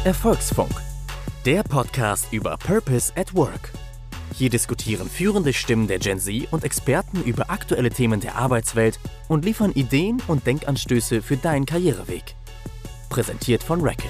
Erfolgsfunk, der Podcast über Purpose at Work. Hier diskutieren führende Stimmen der Gen Z und Experten über aktuelle Themen der Arbeitswelt und liefern Ideen und Denkanstöße für deinen Karriereweg. Präsentiert von Reckitt.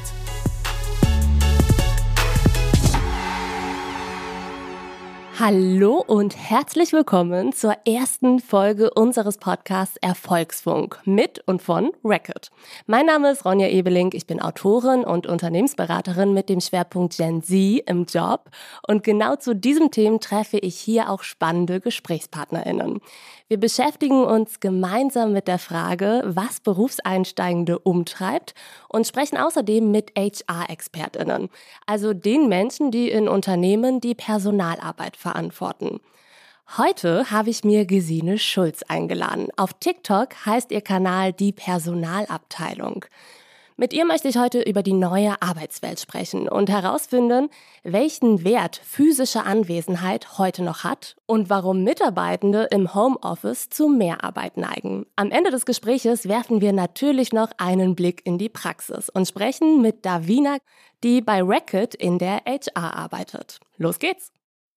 Hallo und herzlich willkommen zur ersten Folge unseres Podcasts Erfolgsfunk mit und von Reckitt. Mein Name ist Ronja Ebeling, ich bin Autorin und Unternehmensberaterin mit dem Schwerpunkt Gen Z im Job und genau zu diesem Thema treffe ich hier auch spannende GesprächspartnerInnen. Wir beschäftigen uns gemeinsam mit der Frage, was Berufseinsteigende umtreibt und sprechen außerdem mit HR-ExpertInnen, also den Menschen, die in Unternehmen die Personalarbeit verantworten. Heute habe ich mir Gesine Schulz eingeladen. Auf TikTok heißt ihr Kanal Die Personalabteilung. Mit ihr möchte ich heute über die neue Arbeitswelt sprechen und herausfinden, welchen Wert physische Anwesenheit heute noch hat und warum Mitarbeitende im Homeoffice zu Mehrarbeit neigen. Am Ende des Gespräches werfen wir natürlich noch einen Blick in die Praxis und sprechen mit Davina, die bei Reckitt in der HR arbeitet. Los geht's!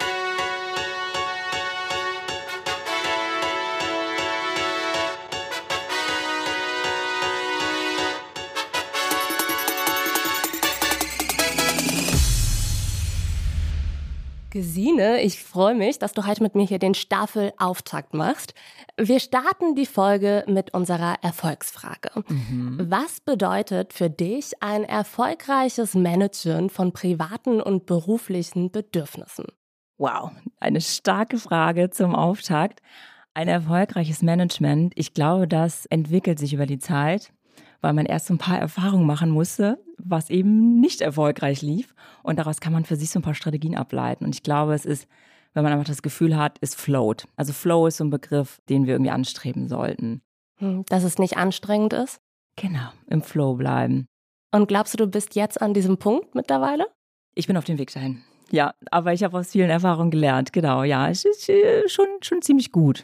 Gesine, ich freue mich, dass du heute mit mir hier den Staffelauftakt machst. Wir starten die Folge mit unserer Erfolgsfrage. Was bedeutet für dich ein erfolgreiches Managen von privaten und beruflichen Bedürfnissen? Wow, eine starke Frage zum Auftakt. Ein erfolgreiches Management, ich glaube, das entwickelt sich über die Zeit, weil man erst so ein paar Erfahrungen machen musste, was eben nicht erfolgreich lief. Und daraus kann man für sich so ein paar Strategien ableiten. Und ich glaube, es ist, wenn man einfach das Gefühl hat, es float. Also Flow ist so ein Begriff, den wir irgendwie anstreben sollten. Dass es nicht anstrengend ist? Genau, im Flow bleiben. Und glaubst du, du bist jetzt an diesem Punkt mittlerweile? Ich bin auf dem Weg dahin. Ja, aber ich habe aus vielen Erfahrungen gelernt. Genau, ja, es ist schon ziemlich gut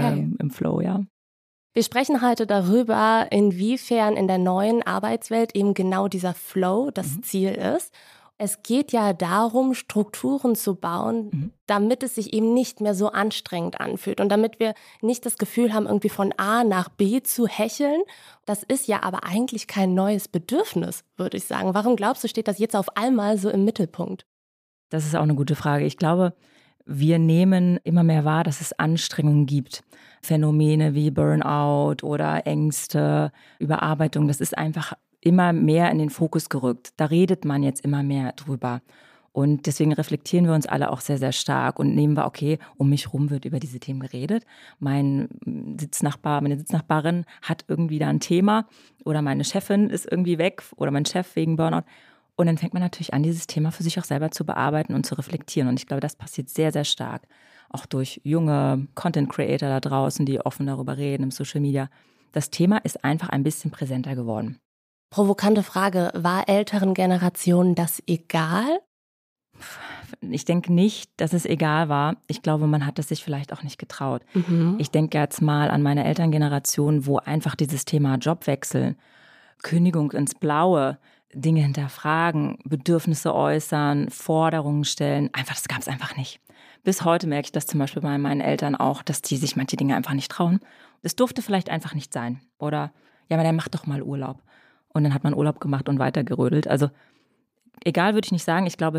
im Flow, ja. Wir sprechen heute darüber, inwiefern in der neuen Arbeitswelt eben genau dieser Flow das Ziel ist. Es geht ja darum, Strukturen zu bauen, damit es sich eben nicht mehr so anstrengend anfühlt und damit wir nicht das Gefühl haben, irgendwie von A nach B zu hecheln. Das ist ja aber eigentlich kein neues Bedürfnis, würde ich sagen. Warum glaubst du, steht das jetzt auf einmal so im Mittelpunkt? Das ist auch eine gute Frage. Ich glaube, wir nehmen immer mehr wahr, dass es Anstrengungen gibt. Phänomene wie Burnout oder Ängste, Überarbeitung, das ist einfach immer mehr in den Fokus gerückt. Da redet man jetzt immer mehr drüber. Und deswegen reflektieren wir uns alle auch sehr, sehr stark und nehmen wir, okay, um mich rum wird über diese Themen geredet. Mein Sitznachbar, meine Sitznachbarin hat irgendwie da ein Thema oder meine Chefin ist irgendwie weg oder mein Chef wegen Burnout. Und dann fängt man natürlich an, dieses Thema für sich auch selber zu bearbeiten und zu reflektieren. Und ich glaube, das passiert sehr, sehr stark. Auch durch junge Content-Creator da draußen, die offen darüber reden im Social Media. Das Thema ist einfach ein bisschen präsenter geworden. Provokante Frage, war älteren Generationen das egal? Ich denke nicht, dass es egal war. Ich glaube, man hat es sich vielleicht auch nicht getraut. Ich denke jetzt mal an meine Elterngeneration, wo einfach dieses Thema Jobwechsel, Kündigung ins Blaue, Dinge hinterfragen, Bedürfnisse äußern, Forderungen stellen. Das gab es einfach nicht. Bis heute merke ich das zum Beispiel bei meinen Eltern auch, dass die sich manche Dinge einfach nicht trauen. Es durfte vielleicht einfach nicht sein. Oder, ja, aber der macht doch mal Urlaub. Und dann hat man Urlaub gemacht und weitergerödelt. Also egal würde ich nicht sagen. Ich glaube,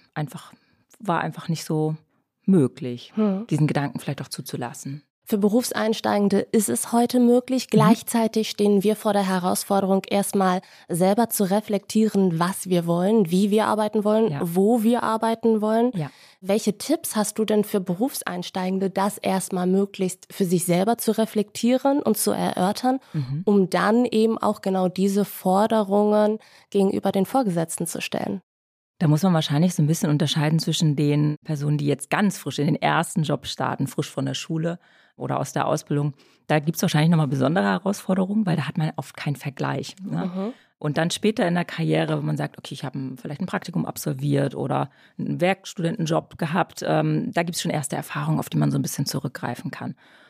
war einfach nicht so möglich, diesen Gedanken vielleicht auch zuzulassen. Für Berufseinsteigende ist es heute möglich. Gleichzeitig stehen wir vor der Herausforderung, erstmal selber zu reflektieren, was wir wollen, wie wir arbeiten wollen, wo wir arbeiten wollen. Ja. Welche Tipps hast du denn für Berufseinsteigende, das erstmal möglichst für sich selber zu reflektieren und zu erörtern, um dann eben auch genau diese Forderungen gegenüber den Vorgesetzten zu stellen? Da muss man wahrscheinlich so ein bisschen unterscheiden zwischen den Personen, die jetzt ganz frisch in den ersten Job starten, frisch von der Schule oder aus der Ausbildung. Da gibt es wahrscheinlich nochmal besondere Herausforderungen, weil da hat man oft keinen Vergleich. Ne? Und dann später in der Karriere, wenn man sagt, okay, ich habe vielleicht ein Praktikum absolviert oder einen Werkstudentenjob gehabt, da gibt es schon erste Erfahrungen, auf die man so ein bisschen zurückgreifen kann.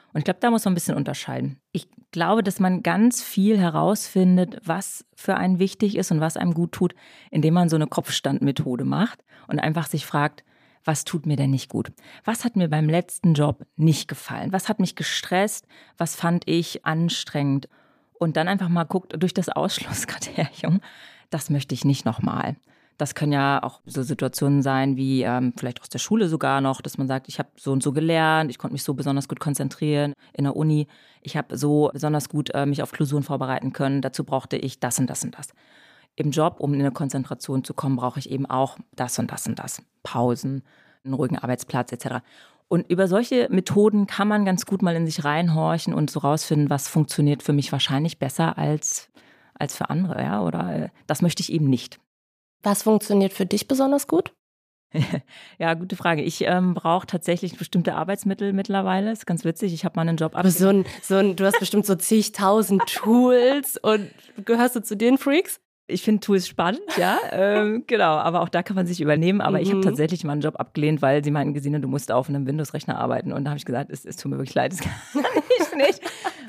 Und ich glaube, da muss man ein bisschen unterscheiden. Ich glaube, dass man ganz viel herausfindet, was für einen wichtig ist und was einem gut tut, indem man so eine Kopfstandmethode macht und einfach sich fragt, was tut mir denn nicht gut? Was hat mir beim letzten Job nicht gefallen? Was hat mich gestresst? Was fand ich anstrengend? Und dann einfach mal guckt durch das Ausschlusskriterium, das möchte ich nicht nochmal. Das können ja auch so Situationen sein wie vielleicht aus der Schule sogar noch, dass man sagt, ich habe so und so gelernt, ich konnte mich so besonders gut konzentrieren in der Uni, ich habe so besonders gut mich auf Klausuren vorbereiten können, dazu brauchte ich das und das und das. Im Job, um in eine Konzentration zu kommen, brauche ich eben auch das und das und das. Pausen, einen ruhigen Arbeitsplatz etc. Und über solche Methoden kann man ganz gut mal in sich reinhorchen und so rausfinden, was funktioniert für mich wahrscheinlich besser als für andere. Ja? Oder das möchte ich eben nicht. Was funktioniert für dich besonders gut? Ja, gute Frage. Ich brauche tatsächlich bestimmte Arbeitsmittel mittlerweile. Ist ganz witzig. Ich habe mal einen Job Aber du hast bestimmt so zigtausend Tools und gehörst du zu den Freaks? Ich finde Tools spannend, ja, genau, aber auch da kann man sich übernehmen. Aber ich habe tatsächlich mal einen Job abgelehnt, weil sie meinten, Gesine, du musst auf einem Windows-Rechner arbeiten. Und da habe ich gesagt, es tut mir wirklich leid, das kann ich nicht.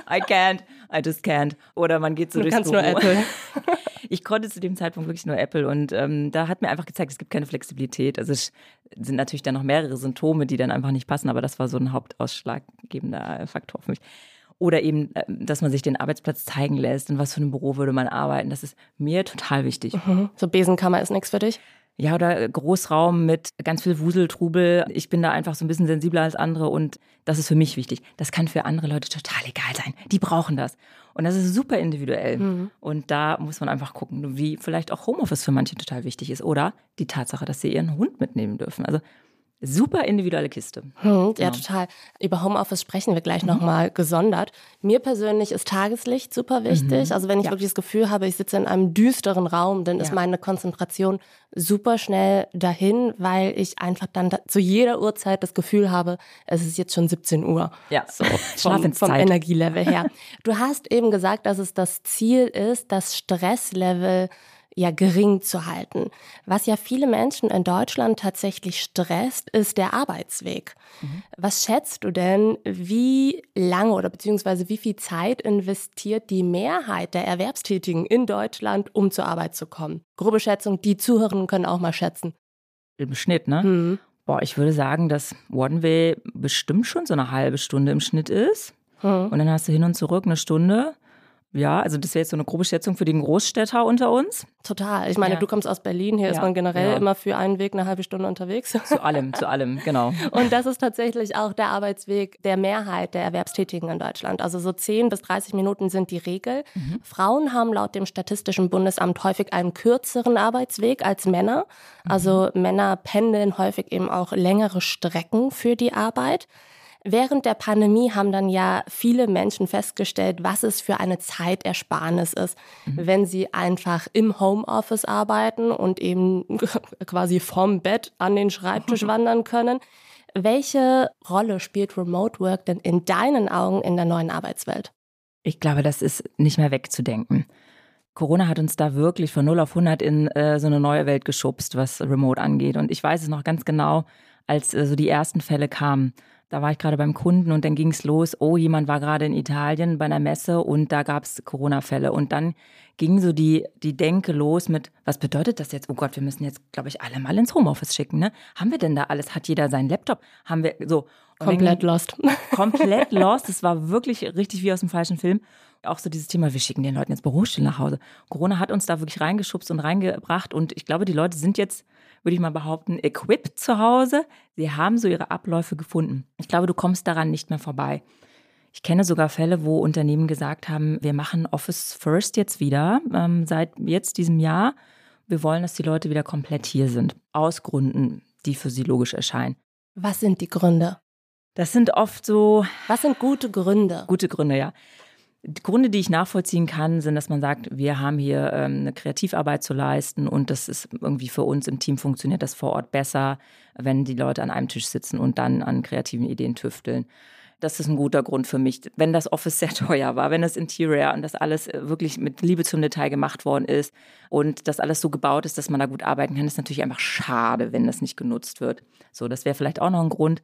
I just can't. Oder man geht so durchs Büro. Du kannst nur Apple. Ich konnte zu dem Zeitpunkt wirklich nur Apple und da hat mir einfach gezeigt, es gibt keine Flexibilität. Also es sind natürlich dann noch mehrere Symptome, die dann einfach nicht passen, aber das war so ein hauptausschlaggebender Faktor für mich. Oder eben, dass man sich den Arbeitsplatz zeigen lässt, in was für einem Büro würde man arbeiten. Das ist mir total wichtig. So Besenkammer ist nichts für dich? Ja, oder Großraum mit ganz viel Wuseltrubel. Ich bin da einfach so ein bisschen sensibler als andere und das ist für mich wichtig. Das kann für andere Leute total egal sein. Die brauchen das. Und das ist super individuell. Und da muss man einfach gucken, wie vielleicht auch Homeoffice für manche total wichtig ist. Oder die Tatsache, dass sie ihren Hund mitnehmen dürfen. Also super individuelle Kiste. Ja, total. Über Homeoffice sprechen wir gleich nochmal gesondert. Mir persönlich ist Tageslicht super wichtig. Also wenn ich wirklich das Gefühl habe, ich sitze in einem düsteren Raum, dann ist meine Konzentration super schnell dahin, weil ich einfach dann zu jeder Uhrzeit das Gefühl habe, es ist jetzt schon 17 Uhr. Ja, so vom Energielevel her. Du hast eben gesagt, dass es das Ziel ist, das Stresslevel gering zu halten. Was ja viele Menschen in Deutschland tatsächlich stresst, ist der Arbeitsweg. Was schätzt du denn, wie lange oder beziehungsweise wie viel Zeit investiert die Mehrheit der Erwerbstätigen in Deutschland, um zur Arbeit zu kommen? Grobe Schätzung, die Zuhörerinnen können auch mal schätzen. Im Schnitt, ne? Boah, ich würde sagen, dass One-Way bestimmt schon so eine halbe Stunde im Schnitt ist. Und dann hast du hin und zurück eine Stunde. Ja, also das wäre jetzt so eine grobe Schätzung für den Großstädter unter uns. Total. Ich meine, du kommst aus Berlin, hier ist man generell immer für einen Weg eine halbe Stunde unterwegs. Zu allem, genau. Und das ist tatsächlich auch der Arbeitsweg der Mehrheit der Erwerbstätigen in Deutschland. Also so 10 bis 30 Minuten sind die Regel. Frauen haben laut dem Statistischen Bundesamt häufig einen kürzeren Arbeitsweg als Männer. Also Männer pendeln häufig eben auch längere Strecken für die Arbeit. Während der Pandemie haben dann ja viele Menschen festgestellt, was es für eine Zeitersparnis ist, wenn sie einfach im Homeoffice arbeiten und eben quasi vom Bett an den Schreibtisch wandern können. Welche Rolle spielt Remote Work denn in deinen Augen in der neuen Arbeitswelt? Ich glaube, das ist nicht mehr wegzudenken. Corona hat uns da wirklich von 0 auf 100 in so eine neue Welt geschubst, was Remote angeht. Und ich weiß es noch ganz genau, als so die ersten Fälle kamen. Da war ich gerade beim Kunden und dann ging es los, jemand war gerade in Italien bei einer Messe und da gab es Corona-Fälle. Und dann ging so die Denke los mit, was bedeutet das jetzt? Oh Gott, wir müssen jetzt, glaube ich, alle mal ins Homeoffice schicken, ne? Haben wir denn da alles? Hat jeder seinen Laptop? Haben wir so? Komplett lost. Komplett lost. Es war wirklich richtig wie aus dem falschen Film. Auch so dieses Thema, wir schicken den Leuten jetzt Bürostuhl nach Hause. Corona hat uns da wirklich reingeschubst und reingebracht und ich glaube, die Leute sind jetzt, würde ich mal behaupten, equipped zu Hause. Sie haben so ihre Abläufe gefunden. Ich glaube, du kommst daran nicht mehr vorbei. Ich kenne sogar Fälle, wo Unternehmen gesagt haben, wir machen Office First jetzt wieder, seit jetzt diesem Jahr. Wir wollen, dass die Leute wieder komplett hier sind. Aus Gründen, die für sie logisch erscheinen. Was sind die Gründe? Das sind oft so... Was sind gute Gründe? Gute Gründe, ja. Die Gründe, die ich nachvollziehen kann, sind, dass man sagt, wir haben hier eine Kreativarbeit zu leisten und das ist irgendwie für uns im Team funktioniert das vor Ort besser, wenn die Leute an einem Tisch sitzen und dann an kreativen Ideen tüfteln. Das ist ein guter Grund für mich. Wenn das Office sehr teuer war, wenn das Interior und das alles wirklich mit Liebe zum Detail gemacht worden ist und das alles so gebaut ist, dass man da gut arbeiten kann, ist natürlich einfach schade, wenn das nicht genutzt wird. So, das wäre vielleicht auch noch ein Grund.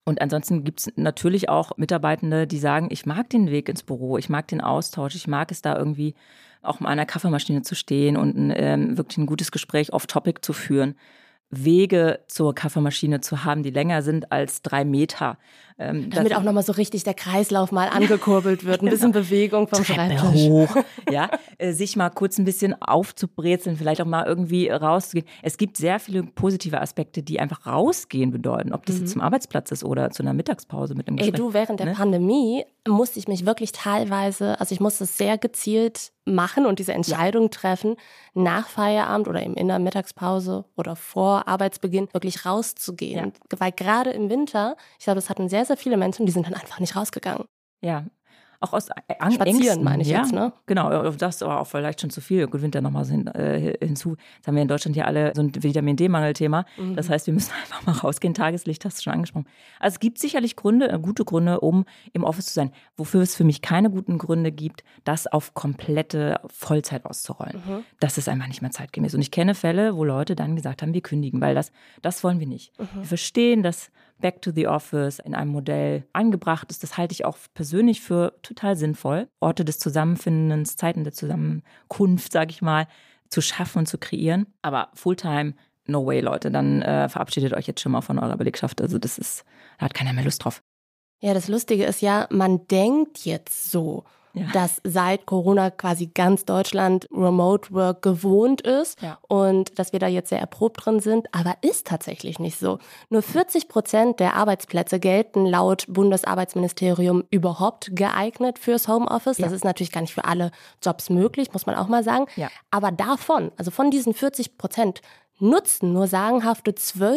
Und ansonsten gibt es natürlich auch Mitarbeitende, die sagen, ich mag den Weg ins Büro, ich mag den Austausch, ich mag es da irgendwie auch mal an einer Kaffeemaschine zu stehen und wirklich ein gutes Gespräch off-topic zu führen. Wege zur Kaffeemaschine zu haben, die länger sind als 3 Meter. Damit auch nochmal so richtig der Kreislauf mal angekurbelt wird, ein bisschen Bewegung vom Treppe Schreibtisch. hoch, ja, sich mal kurz ein bisschen aufzubrezeln, vielleicht auch mal irgendwie rauszugehen. Es gibt sehr viele positive Aspekte, die einfach rausgehen bedeuten, ob das jetzt zum Arbeitsplatz ist oder zu einer Mittagspause mit einem Gespräch. Während der Pandemie musste ich mich wirklich teilweise, also ich musste es sehr gezielt machen und diese Entscheidung treffen, nach Feierabend oder eben in der Mittagspause oder vor Arbeitsbeginn wirklich rauszugehen. Ja. Weil gerade im Winter, ich glaube, das hatten sehr, sehr viele Menschen, die sind dann einfach nicht rausgegangen. Ja. Auch aus Angst. Spazieren, meine ich jetzt, ne? Genau, das war auch vielleicht schon zu viel. Gut, Winter nochmal hinzu. Jetzt haben wir in Deutschland ja alle so ein Vitamin-D-Mangel-Thema. Das heißt, wir müssen einfach mal rausgehen. Tageslicht hast du schon angesprochen. Also es gibt sicherlich gute Gründe, um im Office zu sein. Wofür es für mich keine guten Gründe gibt, das auf komplette Vollzeit auszurollen. Das ist einfach nicht mehr zeitgemäß. Und ich kenne Fälle, wo Leute dann gesagt haben, wir kündigen, weil das wollen wir nicht. Wir verstehen, dass Back to the Office in einem Modell angebracht ist. Das halte ich auch persönlich für total sinnvoll. Orte des Zusammenfindens, Zeiten der Zusammenkunft, sage ich mal, zu schaffen und zu kreieren. Aber Fulltime, no way, Leute. Dann verabschiedet euch jetzt schon mal von eurer Belegschaft. Also da hat keiner mehr Lust drauf. Ja, das Lustige ist ja, man denkt jetzt so, dass seit Corona quasi ganz Deutschland Remote Work gewohnt ist und dass wir da jetzt sehr erprobt drin sind, aber ist tatsächlich nicht so. Nur 40% der Arbeitsplätze gelten laut Bundesarbeitsministerium überhaupt geeignet fürs Homeoffice. Das ist natürlich gar nicht für alle Jobs möglich, muss man auch mal sagen. Ja. Aber von diesen 40%, nutzen nur sagenhafte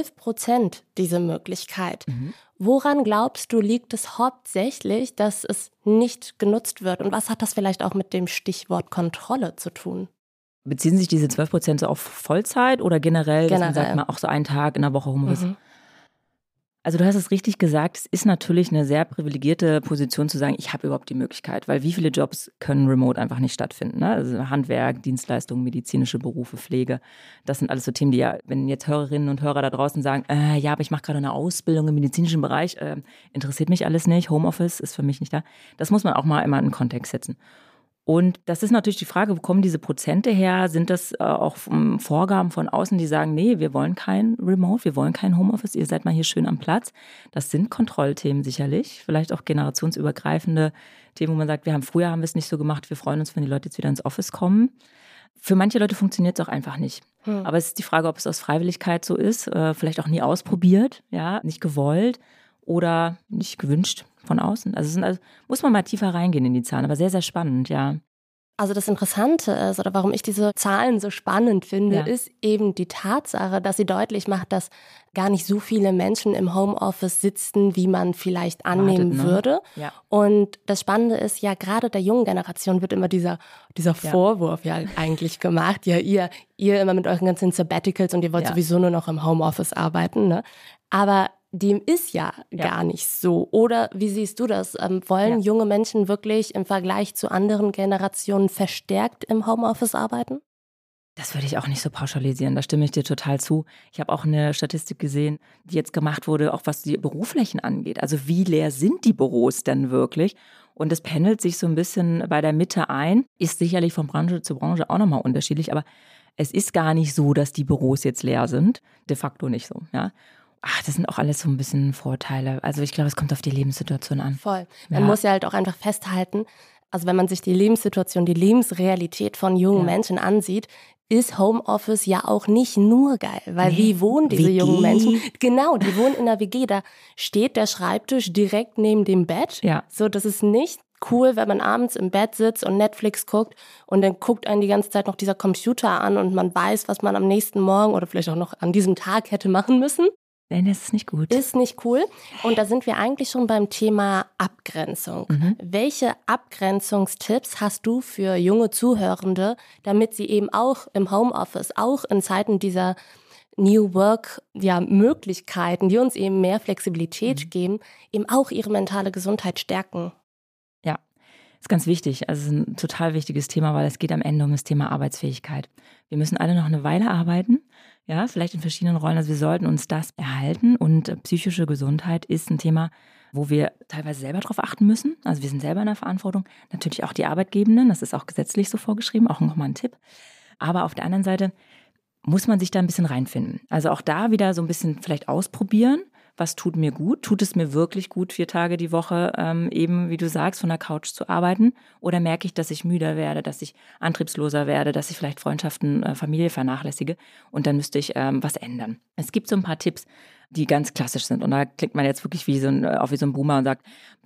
12% diese Möglichkeit. Woran glaubst du, liegt es hauptsächlich, dass es nicht genutzt wird? Und was hat das vielleicht auch mit dem Stichwort Kontrolle zu tun? Beziehen sich diese 12% so auf Vollzeit oder generell, dass man sagt, mal auch so einen Tag in der Woche Homeoffice? Also du hast es richtig gesagt, es ist natürlich eine sehr privilegierte Position zu sagen, ich habe überhaupt die Möglichkeit, weil wie viele Jobs können remote einfach nicht stattfinden, ne? Also Handwerk, Dienstleistungen, medizinische Berufe, Pflege, das sind alles so Themen, die wenn jetzt Hörerinnen und Hörer da draußen sagen, aber ich mache gerade eine Ausbildung im medizinischen Bereich, interessiert mich alles nicht, Homeoffice ist für mich nicht da. Das muss man auch mal immer in den Kontext setzen. Und das ist natürlich die Frage, wo kommen diese Prozente her? Sind das auch Vorgaben von außen, die sagen, nee, wir wollen kein Remote, wir wollen kein Homeoffice, ihr seid mal hier schön am Platz. Das sind Kontrollthemen sicherlich, vielleicht auch generationsübergreifende Themen, wo man sagt, früher haben wir es nicht so gemacht, wir freuen uns, wenn die Leute jetzt wieder ins Office kommen. Für manche Leute funktioniert es auch einfach nicht. Aber es ist die Frage, ob es aus Freiwilligkeit so ist, vielleicht auch nie ausprobiert, nicht gewollt oder nicht gewünscht von außen. Also muss man mal tiefer reingehen in die Zahlen, aber sehr, sehr spannend, ja. Also das Interessante ist, oder warum ich diese Zahlen so spannend finde, ist eben die Tatsache, dass sie deutlich macht, dass gar nicht so viele Menschen im Homeoffice sitzen, wie man vielleicht annehmen würde. Ja. Und das Spannende ist ja, gerade der jungen Generation wird immer dieser Vorwurf ja eigentlich gemacht. Ja, ihr immer mit euren ganzen Sabbaticals und ihr wollt sowieso nur noch im Homeoffice arbeiten, ne? Aber dem ist ja gar nicht so. Oder wie siehst du das? Wollen junge Menschen wirklich im Vergleich zu anderen Generationen verstärkt im Homeoffice arbeiten? Das würde ich auch nicht so pauschalisieren, da stimme ich dir total zu. Ich habe auch eine Statistik gesehen, die jetzt gemacht wurde, auch was die Büroflächen angeht. Also wie leer sind die Büros denn wirklich? Und das pendelt sich so ein bisschen bei der Mitte ein. Ist sicherlich von Branche zu Branche auch nochmal unterschiedlich, aber es ist gar nicht so, dass die Büros jetzt leer sind. De facto nicht so, ja. Das sind auch alles so ein bisschen Vorteile. Also ich glaube, es kommt auf die Lebenssituation an. Voll. Man muss ja halt auch einfach festhalten, also wenn man sich die Lebenssituation, die Lebensrealität von jungen Menschen ansieht, ist Homeoffice ja auch nicht nur geil. Weil wie wohnen diese jungen Menschen? Genau, die wohnen in einer WG. Da steht der Schreibtisch direkt neben dem Bett. Ja. So, das ist nicht cool, wenn man abends im Bett sitzt und Netflix guckt und dann guckt einen die ganze Zeit noch dieser Computer an und man weiß, was man am nächsten Morgen oder vielleicht auch noch an diesem Tag hätte machen müssen. Nein, das ist nicht gut. Ist nicht cool. Und da sind wir eigentlich schon beim Thema Abgrenzung. Welche Abgrenzungstipps hast du für junge Zuhörende, damit sie eben auch im Homeoffice, auch in Zeiten dieser New Work, Möglichkeiten, die uns eben mehr Flexibilität geben, eben auch ihre mentale Gesundheit stärken? Ja, ist ganz wichtig. Also es ist ein total wichtiges Thema, weil es geht am Ende um das Thema Arbeitsfähigkeit. Wir müssen alle noch eine Weile arbeiten. Ja, vielleicht in verschiedenen Rollen. Also wir sollten uns das erhalten und psychische Gesundheit ist ein Thema, wo wir teilweise selber drauf achten müssen. Also wir sind selber in der Verantwortung. Natürlich auch die Arbeitgebenden, das ist auch gesetzlich so vorgeschrieben, auch nochmal ein Tipp. Aber auf der anderen Seite muss man sich da ein bisschen reinfinden. Also auch da wieder so ein bisschen vielleicht ausprobieren. Was tut mir gut? Tut es mir wirklich gut, 4 Tage die Woche eben, wie du sagst, von der Couch zu arbeiten? Oder merke ich, dass ich müder werde, dass ich antriebsloser werde, dass ich vielleicht Freundschaften, Familie vernachlässige? Und dann müsste ich was ändern. Es gibt so ein paar Tipps, die ganz klassisch sind. Und da klickt man jetzt wirklich wie so ein Boomer und sagt,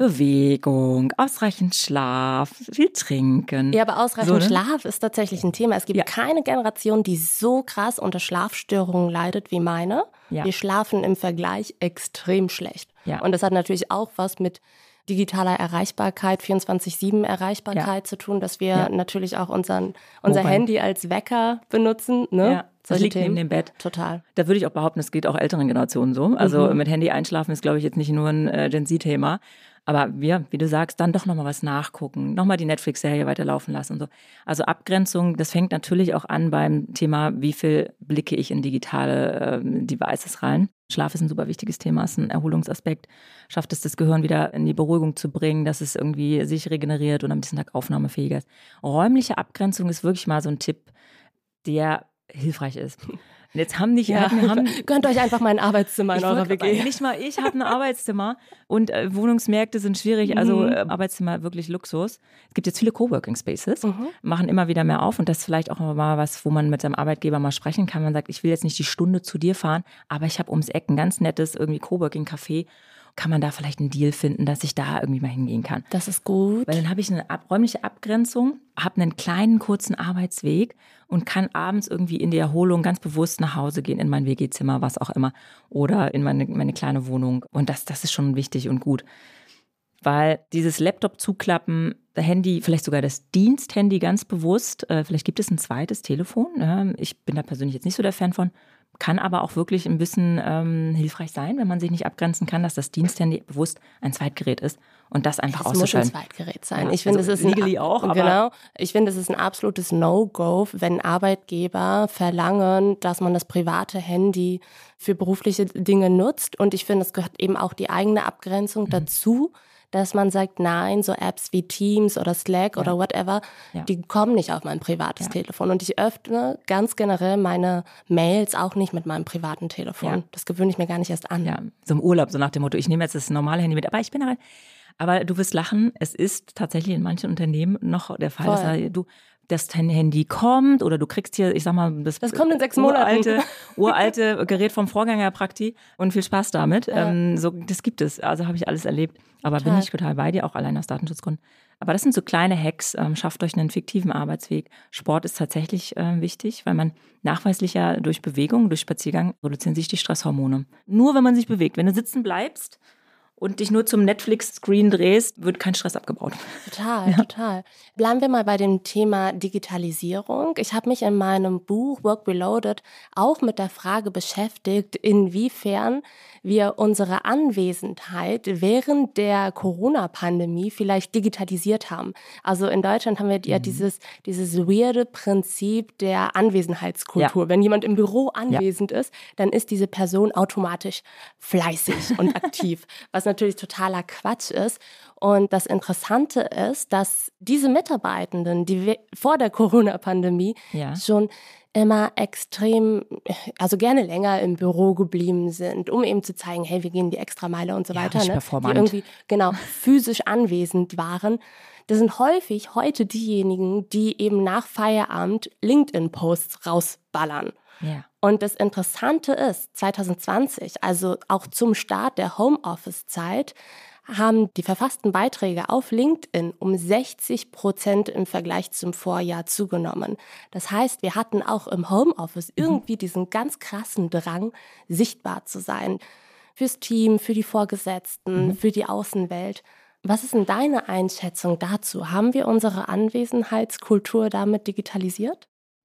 Bewegung, ausreichend Schlaf, viel trinken. Ja, aber ausreichend So, ne? Schlaf ist tatsächlich ein Thema. Es gibt keine Generation, die so krass unter Schlafstörungen leidet wie meine. Ja. Wir schlafen im Vergleich extrem schlecht. Ja. Und das hat natürlich auch was mit digitaler Erreichbarkeit, 24/7 Erreichbarkeit zu tun, dass wir natürlich auch unser Handy als Wecker benutzen. Ne? Ja. Das liegt neben dem Bett. Total. Da würde ich auch behaupten, es geht auch älteren Generationen so. Also mit Handy einschlafen ist, glaube ich, jetzt nicht nur ein Gen Z-Thema. Aber wir, wie du sagst, dann doch nochmal was nachgucken, nochmal die Netflix-Serie weiterlaufen lassen und so. Also Abgrenzung, das fängt natürlich auch an beim Thema, wie viel blicke ich in digitale Devices rein. Schlaf ist ein super wichtiges Thema, ist ein Erholungsaspekt. Schafft es, das Gehirn wieder in die Beruhigung zu bringen, dass es irgendwie sich regeneriert und am nächsten Tag aufnahmefähiger ist. Räumliche Abgrenzung ist wirklich mal so ein Tipp, der hilfreich ist. Und jetzt haben gönnt euch einfach mal ein Arbeitszimmer in eurer WG. Nicht mal ich habe ein Arbeitszimmer und Wohnungsmärkte sind schwierig, also Arbeitszimmer wirklich Luxus. Es gibt jetzt viele Coworking Spaces, machen immer wieder mehr auf und das ist vielleicht auch mal was, wo man mit seinem Arbeitgeber mal sprechen kann. Man sagt, ich will jetzt nicht die Stunde zu dir fahren, aber ich habe ums Eck ein ganz nettes irgendwie Coworking Café. Kann man da vielleicht einen Deal finden, dass ich da irgendwie mal hingehen kann. Das ist gut. Weil dann habe ich eine räumliche Abgrenzung, habe einen kleinen, kurzen Arbeitsweg und kann abends irgendwie in die Erholung ganz bewusst nach Hause gehen, in mein WG-Zimmer, was auch immer, oder in meine kleine Wohnung. Und das ist schon wichtig und gut. Weil dieses Laptop zuklappen, Handy, vielleicht sogar das Diensthandy ganz bewusst, vielleicht gibt es ein zweites Telefon. Ja, ich bin da persönlich jetzt nicht so der Fan von. Kann aber auch wirklich ein bisschen hilfreich sein, wenn man sich nicht abgrenzen kann, dass das Diensthandy bewusst ein Zweitgerät ist und das einfach auszuschalten. Es muss ein Zweitgerät sein. Ja, ich finde, also es ist legally auch, aber genau. Ich finde, es ist ein absolutes No-Go, wenn Arbeitgeber verlangen, dass man das private Handy für berufliche Dinge nutzt. Und ich finde, es gehört eben auch die eigene Abgrenzung dazu, dass man sagt, nein, so Apps wie Teams oder Slack oder whatever, die kommen nicht auf mein privates Telefon. Und ich öffne ganz generell meine Mails auch nicht mit meinem privaten Telefon. Ja. Das gewöhne ich mir gar nicht erst an. Ja, so im Urlaub, so nach dem Motto, ich nehme jetzt das normale Handy mit, aber du wirst lachen, es ist tatsächlich in manchen Unternehmen noch der Fall, dass das Handy kommt oder du kriegst hier, ich sag mal, das kommt in 6 Monaten. uralte Gerät vom Vorgängerprakti und viel Spaß damit. Das gibt es, also habe ich alles erlebt. Aber bin ich total bei dir, auch allein aus Datenschutzgründen. Aber das sind so kleine Hacks, schafft euch einen fiktiven Arbeitsweg. Sport ist tatsächlich wichtig, weil man nachweislich ja durch Bewegung, durch Spaziergang reduzieren sich die Stresshormone. Nur wenn man sich bewegt. Wenn du sitzen bleibst und dich nur zum Netflix-Screen drehst, wird kein Stress abgebaut. Total. Bleiben wir mal bei dem Thema Digitalisierung. Ich habe mich in meinem Buch Work Reloaded auch mit der Frage beschäftigt, inwiefern wir unsere Anwesenheit während der Corona-Pandemie vielleicht digitalisiert haben. Also in Deutschland haben wir ja dieses weirde Prinzip der Anwesenheitskultur. Ja. Wenn jemand im Büro anwesend ist, dann ist diese Person automatisch fleißig und aktiv, was natürlich totaler Quatsch ist. Und das Interessante ist, dass diese Mitarbeitenden, die vor der Corona-Pandemie schon immer extrem, also gerne länger im Büro geblieben sind, um eben zu zeigen, hey, wir gehen die Extrameile und so weiter, ne? Die irgendwie physisch anwesend waren. Das sind häufig heute diejenigen, die eben nach Feierabend LinkedIn-Posts rausballern. Ja. Und das Interessante ist, 2020, also auch zum Start der Homeoffice-Zeit, haben die verfassten Beiträge auf LinkedIn um 60% im Vergleich zum Vorjahr zugenommen. Das heißt, wir hatten auch im Homeoffice irgendwie diesen ganz krassen Drang, sichtbar zu sein. Fürs Team, für die Vorgesetzten, für die Außenwelt. Was ist denn deine Einschätzung dazu? Haben wir unsere Anwesenheitskultur damit digitalisiert?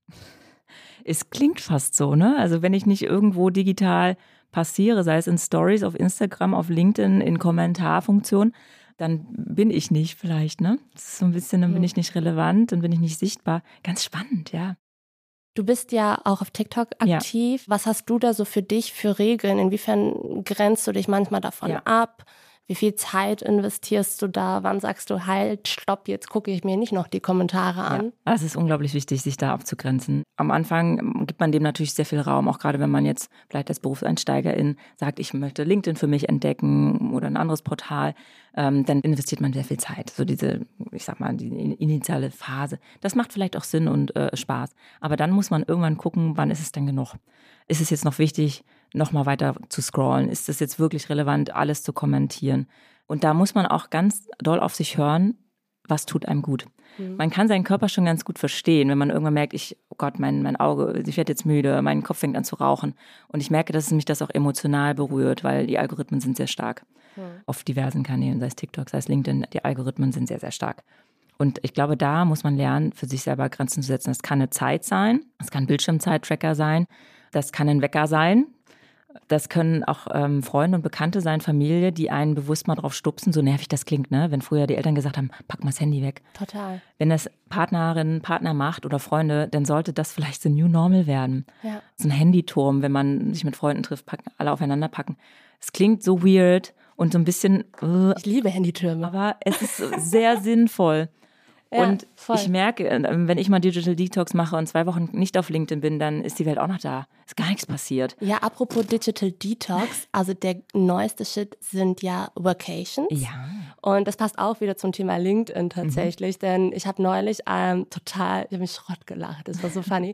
Es klingt fast so, ne? Also wenn ich nicht irgendwo digital passiere, sei es in Stories, auf Instagram, auf LinkedIn, in Kommentarfunktion, dann bin ich nicht vielleicht, ne? Das ist so ein bisschen, dann bin ich nicht relevant, dann bin ich nicht sichtbar. Ganz spannend, ja. Du bist ja auch auf TikTok aktiv. Ja. Was hast du da so für dich für Regeln? Inwiefern grenzt du dich manchmal davon ab? Wie viel Zeit investierst du da? Wann sagst du, halt, stopp, jetzt gucke ich mir nicht noch die Kommentare an? Ja, es ist unglaublich wichtig, sich da abzugrenzen. Am Anfang gibt man dem natürlich sehr viel Raum, auch gerade wenn man jetzt vielleicht als Berufseinsteigerin sagt, ich möchte LinkedIn für mich entdecken oder ein anderes Portal, dann investiert man sehr viel Zeit. So diese, ich sag mal, die initiale Phase. Das macht vielleicht auch Sinn und Spaß. Aber dann muss man irgendwann gucken, wann ist es denn genug? Ist es jetzt noch wichtig, nochmal weiter zu scrollen? Ist es jetzt wirklich relevant, alles zu kommentieren? Und da muss man auch ganz doll auf sich hören, was tut einem gut. Man kann seinen Körper schon ganz gut verstehen, wenn man irgendwann merkt, oh Gott, mein Auge, ich werde jetzt müde, mein Kopf fängt an zu rauchen. Und ich merke, dass mich das auch emotional berührt, weil die Algorithmen sind sehr stark. Auf diversen Kanälen, sei es TikTok, sei es LinkedIn, die Algorithmen sind sehr, sehr stark. Und ich glaube, da muss man lernen, für sich selber Grenzen zu setzen. Das kann eine Zeit sein, das kann ein Bildschirmzeit-Tracker sein, das kann ein Wecker sein. Das können auch Freunde und Bekannte sein, Familie, die einen bewusst mal drauf stupsen, so nervig das klingt, ne? Wenn früher die Eltern gesagt haben, pack mal das Handy weg. Total. Wenn das Partnerin, Partner macht oder Freunde, dann sollte das vielleicht so New Normal werden. Ja. So ein Handyturm, wenn man sich mit Freunden trifft, alle aufeinander packen. Es klingt so weird und so ein bisschen... Ich liebe Handytürme. Aber es ist sehr sinnvoll. Ja, und voll. Ich merke, wenn ich mal Digital Detox mache und 2 Wochen nicht auf LinkedIn bin, dann ist die Welt auch noch da. Ist gar nichts passiert. Ja, apropos Digital Detox, also der neueste Shit sind ja Workations. Ja. Und das passt auch wieder zum Thema LinkedIn tatsächlich, denn ich habe neulich ich habe mich Schrott gelacht, das war so funny,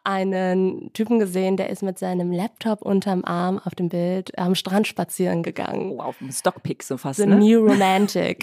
einen Typen gesehen, der ist mit seinem Laptop unterm Arm auf dem Bild am Strand spazieren gegangen. Wow, auf dem Stockpick so fast, The New Romantic.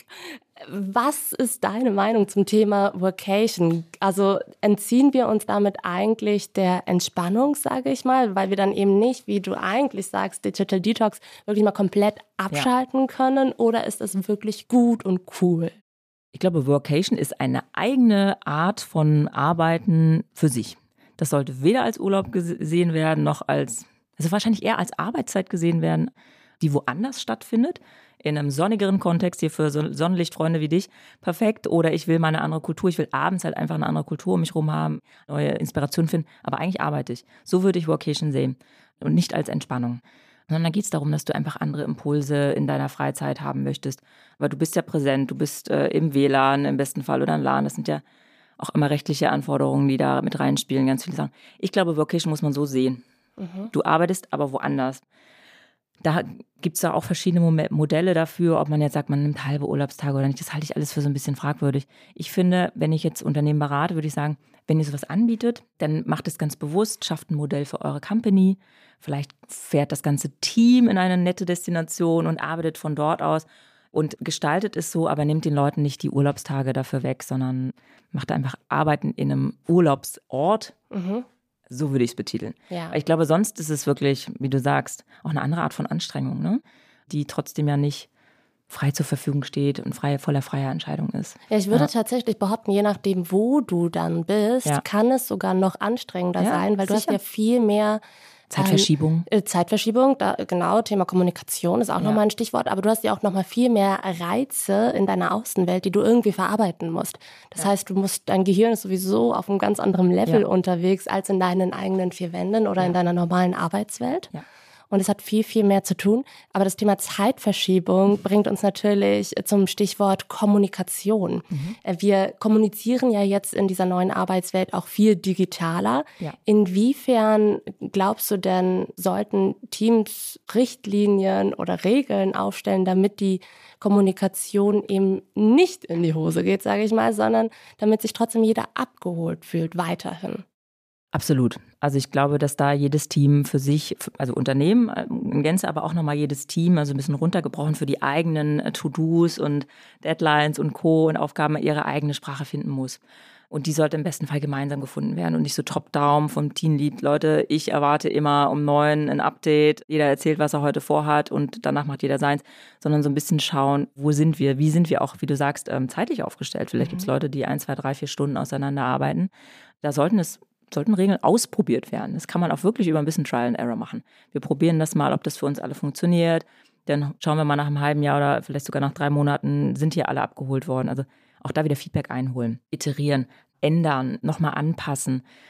Was ist deine Meinung zum Thema Workation? Also entziehen wir uns damit eigentlich der Entspannung, sage ich mal, weil wir dann eben nicht, wie du eigentlich sagst, Digital Detox wirklich mal komplett abschalten können, oder ist es wirklich gut und cool? Ich glaube, Workation ist eine eigene Art von Arbeiten für sich. Das sollte weder als Urlaub gesehen werden, noch also wahrscheinlich eher als Arbeitszeit gesehen werden, die woanders stattfindet. In einem sonnigeren Kontext, hier für Sonnenlichtfreunde wie dich, perfekt. Oder ich will mal eine andere Kultur, ich will abends halt einfach eine andere Kultur um mich rum haben, neue Inspiration finden, aber eigentlich arbeite ich. So würde ich Workation sehen und nicht als Entspannung. Sondern da geht es darum, dass du einfach andere Impulse in deiner Freizeit haben möchtest. Aber du bist ja präsent, du bist im WLAN im besten Fall oder im LAN, das sind ja auch immer rechtliche Anforderungen, die da mit reinspielen, ganz viele Sachen. Ich glaube, Workation muss man so sehen. Du arbeitest aber woanders. Da gibt es da auch verschiedene Modelle dafür, ob man jetzt sagt, man nimmt halbe Urlaubstage oder nicht. Das halte ich alles für so ein bisschen fragwürdig. Ich finde, wenn ich jetzt Unternehmen berate, würde ich sagen, wenn ihr sowas anbietet, dann macht es ganz bewusst, schafft ein Modell für eure Company. Vielleicht fährt das ganze Team in eine nette Destination und arbeitet von dort aus und gestaltet es so, aber nimmt den Leuten nicht die Urlaubstage dafür weg, sondern macht einfach Arbeiten in einem Urlaubsort. So würde ich es betiteln. Ja. Ich glaube, sonst ist es wirklich, wie du sagst, auch eine andere Art von Anstrengung, ne? Die trotzdem ja nicht frei zur Verfügung steht und voller freier Entscheidung ist. Ja, ich würde tatsächlich behaupten, je nachdem, wo du dann bist, kann es sogar noch anstrengender sein, weil du hast ja viel mehr Zeitverschiebung. Zeitverschiebung, genau, Thema Kommunikation ist auch nochmal ein Stichwort, aber du hast ja auch nochmal viel mehr Reize in deiner Außenwelt, die du irgendwie verarbeiten musst. Das heißt, dein Gehirn ist sowieso auf einem ganz anderen Level unterwegs als in deinen eigenen 4 Wänden oder in deiner normalen Arbeitswelt. Ja. Und es hat viel, viel mehr zu tun. Aber das Thema Zeitverschiebung bringt uns natürlich zum Stichwort Kommunikation. Wir kommunizieren ja jetzt in dieser neuen Arbeitswelt auch viel digitaler. Ja. Inwiefern glaubst du denn, sollten Teams Richtlinien oder Regeln aufstellen, damit die Kommunikation eben nicht in die Hose geht, sage ich mal, sondern damit sich trotzdem jeder abgeholt fühlt weiterhin? Absolut. Also ich glaube, dass da jedes Team für sich, also Unternehmen in Gänze, aber auch nochmal jedes Team, also ein bisschen runtergebrochen für die eigenen To-Dos und Deadlines und Co. und Aufgaben ihre eigene Sprache finden muss. Und die sollte im besten Fall gemeinsam gefunden werden und nicht so top-down vom Teamlead. Leute, ich erwarte immer um 9 ein Update. Jeder erzählt, was er heute vorhat und danach macht jeder seins. Sondern so ein bisschen schauen, wo sind wir? Wie sind wir auch, wie du sagst, zeitlich aufgestellt? Vielleicht gibt es Leute, die 1, 2, 3, 4 Stunden auseinander arbeiten. Da sollten Regeln ausprobiert werden. Das kann man auch wirklich über ein bisschen Trial and Error machen. Wir probieren das mal, ob das für uns alle funktioniert. Dann schauen wir mal nach einem halben Jahr oder vielleicht sogar nach 3 Monaten, sind hier alle abgeholt worden. Also auch da wieder Feedback einholen, iterieren, ändern, nochmal anpassen.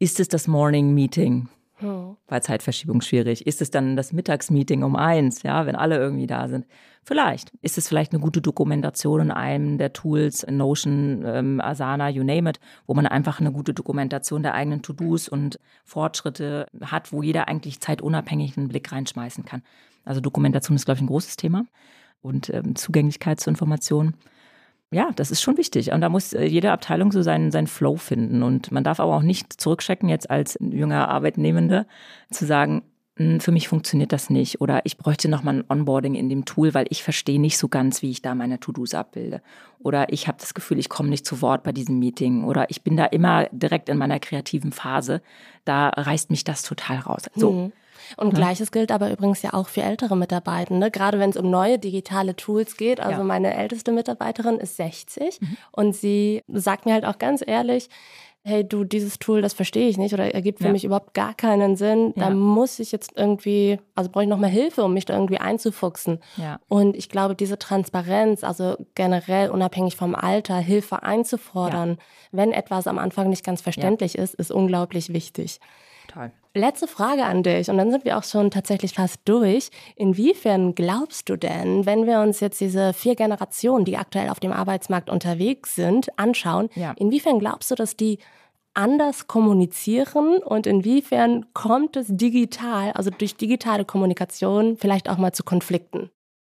ist es das Morning Meeting? Bei Zeitverschiebung schwierig. Ist es dann das Mittagsmeeting um 1, ja, wenn alle irgendwie da sind? Vielleicht. Ist es vielleicht eine gute Dokumentation in einem der Tools, Notion, Asana, you name it, wo man einfach eine gute Dokumentation der eigenen To-Dos und Fortschritte hat, wo jeder eigentlich zeitunabhängig einen Blick reinschmeißen kann. Also Dokumentation ist, glaube ich, ein großes Thema und Zugänglichkeit zu Informationen. Ja, das ist schon wichtig. Und da muss jede Abteilung so seinen Flow finden. Und man darf aber auch nicht zurückschrecken, jetzt als junger Arbeitnehmende, zu sagen, für mich funktioniert das nicht. Oder ich bräuchte nochmal ein Onboarding in dem Tool, weil ich verstehe nicht so ganz, wie ich da meine To-Dos abbilde. Oder ich habe das Gefühl, ich komme nicht zu Wort bei diesem Meeting. Oder ich bin da immer direkt in meiner kreativen Phase. Da reißt mich das total raus. So. Und Gleiches gilt aber übrigens ja auch für ältere Mitarbeitende, gerade wenn es um neue digitale Tools geht. Also meine älteste Mitarbeiterin ist 60 und sie sagt mir halt auch ganz ehrlich, hey du, dieses Tool, das verstehe ich nicht oder ergibt für mich überhaupt gar keinen Sinn. Da muss ich jetzt irgendwie, also brauche ich nochmal Hilfe, um mich da irgendwie einzufuchsen. Ja. Und ich glaube, diese Transparenz, also generell unabhängig vom Alter, Hilfe einzufordern, wenn etwas am Anfang nicht ganz verständlich ist unglaublich wichtig. Total. Letzte Frage an dich und dann sind wir auch schon tatsächlich fast durch. Inwiefern glaubst du denn, wenn wir uns jetzt diese 4 Generationen, die aktuell auf dem Arbeitsmarkt unterwegs sind, anschauen, inwiefern glaubst du, dass die anders kommunizieren und inwiefern kommt es digital, also durch digitale Kommunikation vielleicht auch mal zu Konflikten?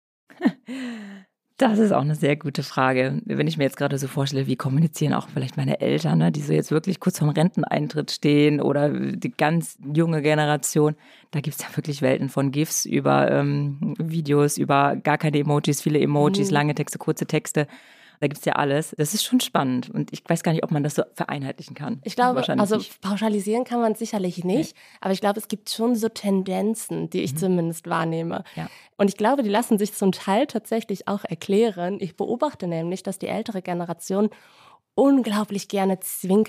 Das ist auch eine sehr gute Frage. Wenn ich mir jetzt gerade so vorstelle, wie kommunizieren auch vielleicht meine Eltern, ne, die so jetzt wirklich kurz vorm Renteneintritt stehen oder die ganz junge Generation, da gibt es ja wirklich Welten von GIFs über Videos, über gar keine Emojis, viele Emojis, lange Texte, kurze Texte. Da gibt es ja alles. Das ist schon spannend und ich weiß gar nicht, ob man das so vereinheitlichen kann. Ich glaube, also pauschalisieren kann man sicherlich nicht, aber ich glaube, es gibt schon so Tendenzen, die ich zumindest wahrnehme. Ja. Und ich glaube, die lassen sich zum Teil tatsächlich auch erklären. Ich beobachte nämlich, dass die ältere Generation unglaublich gerne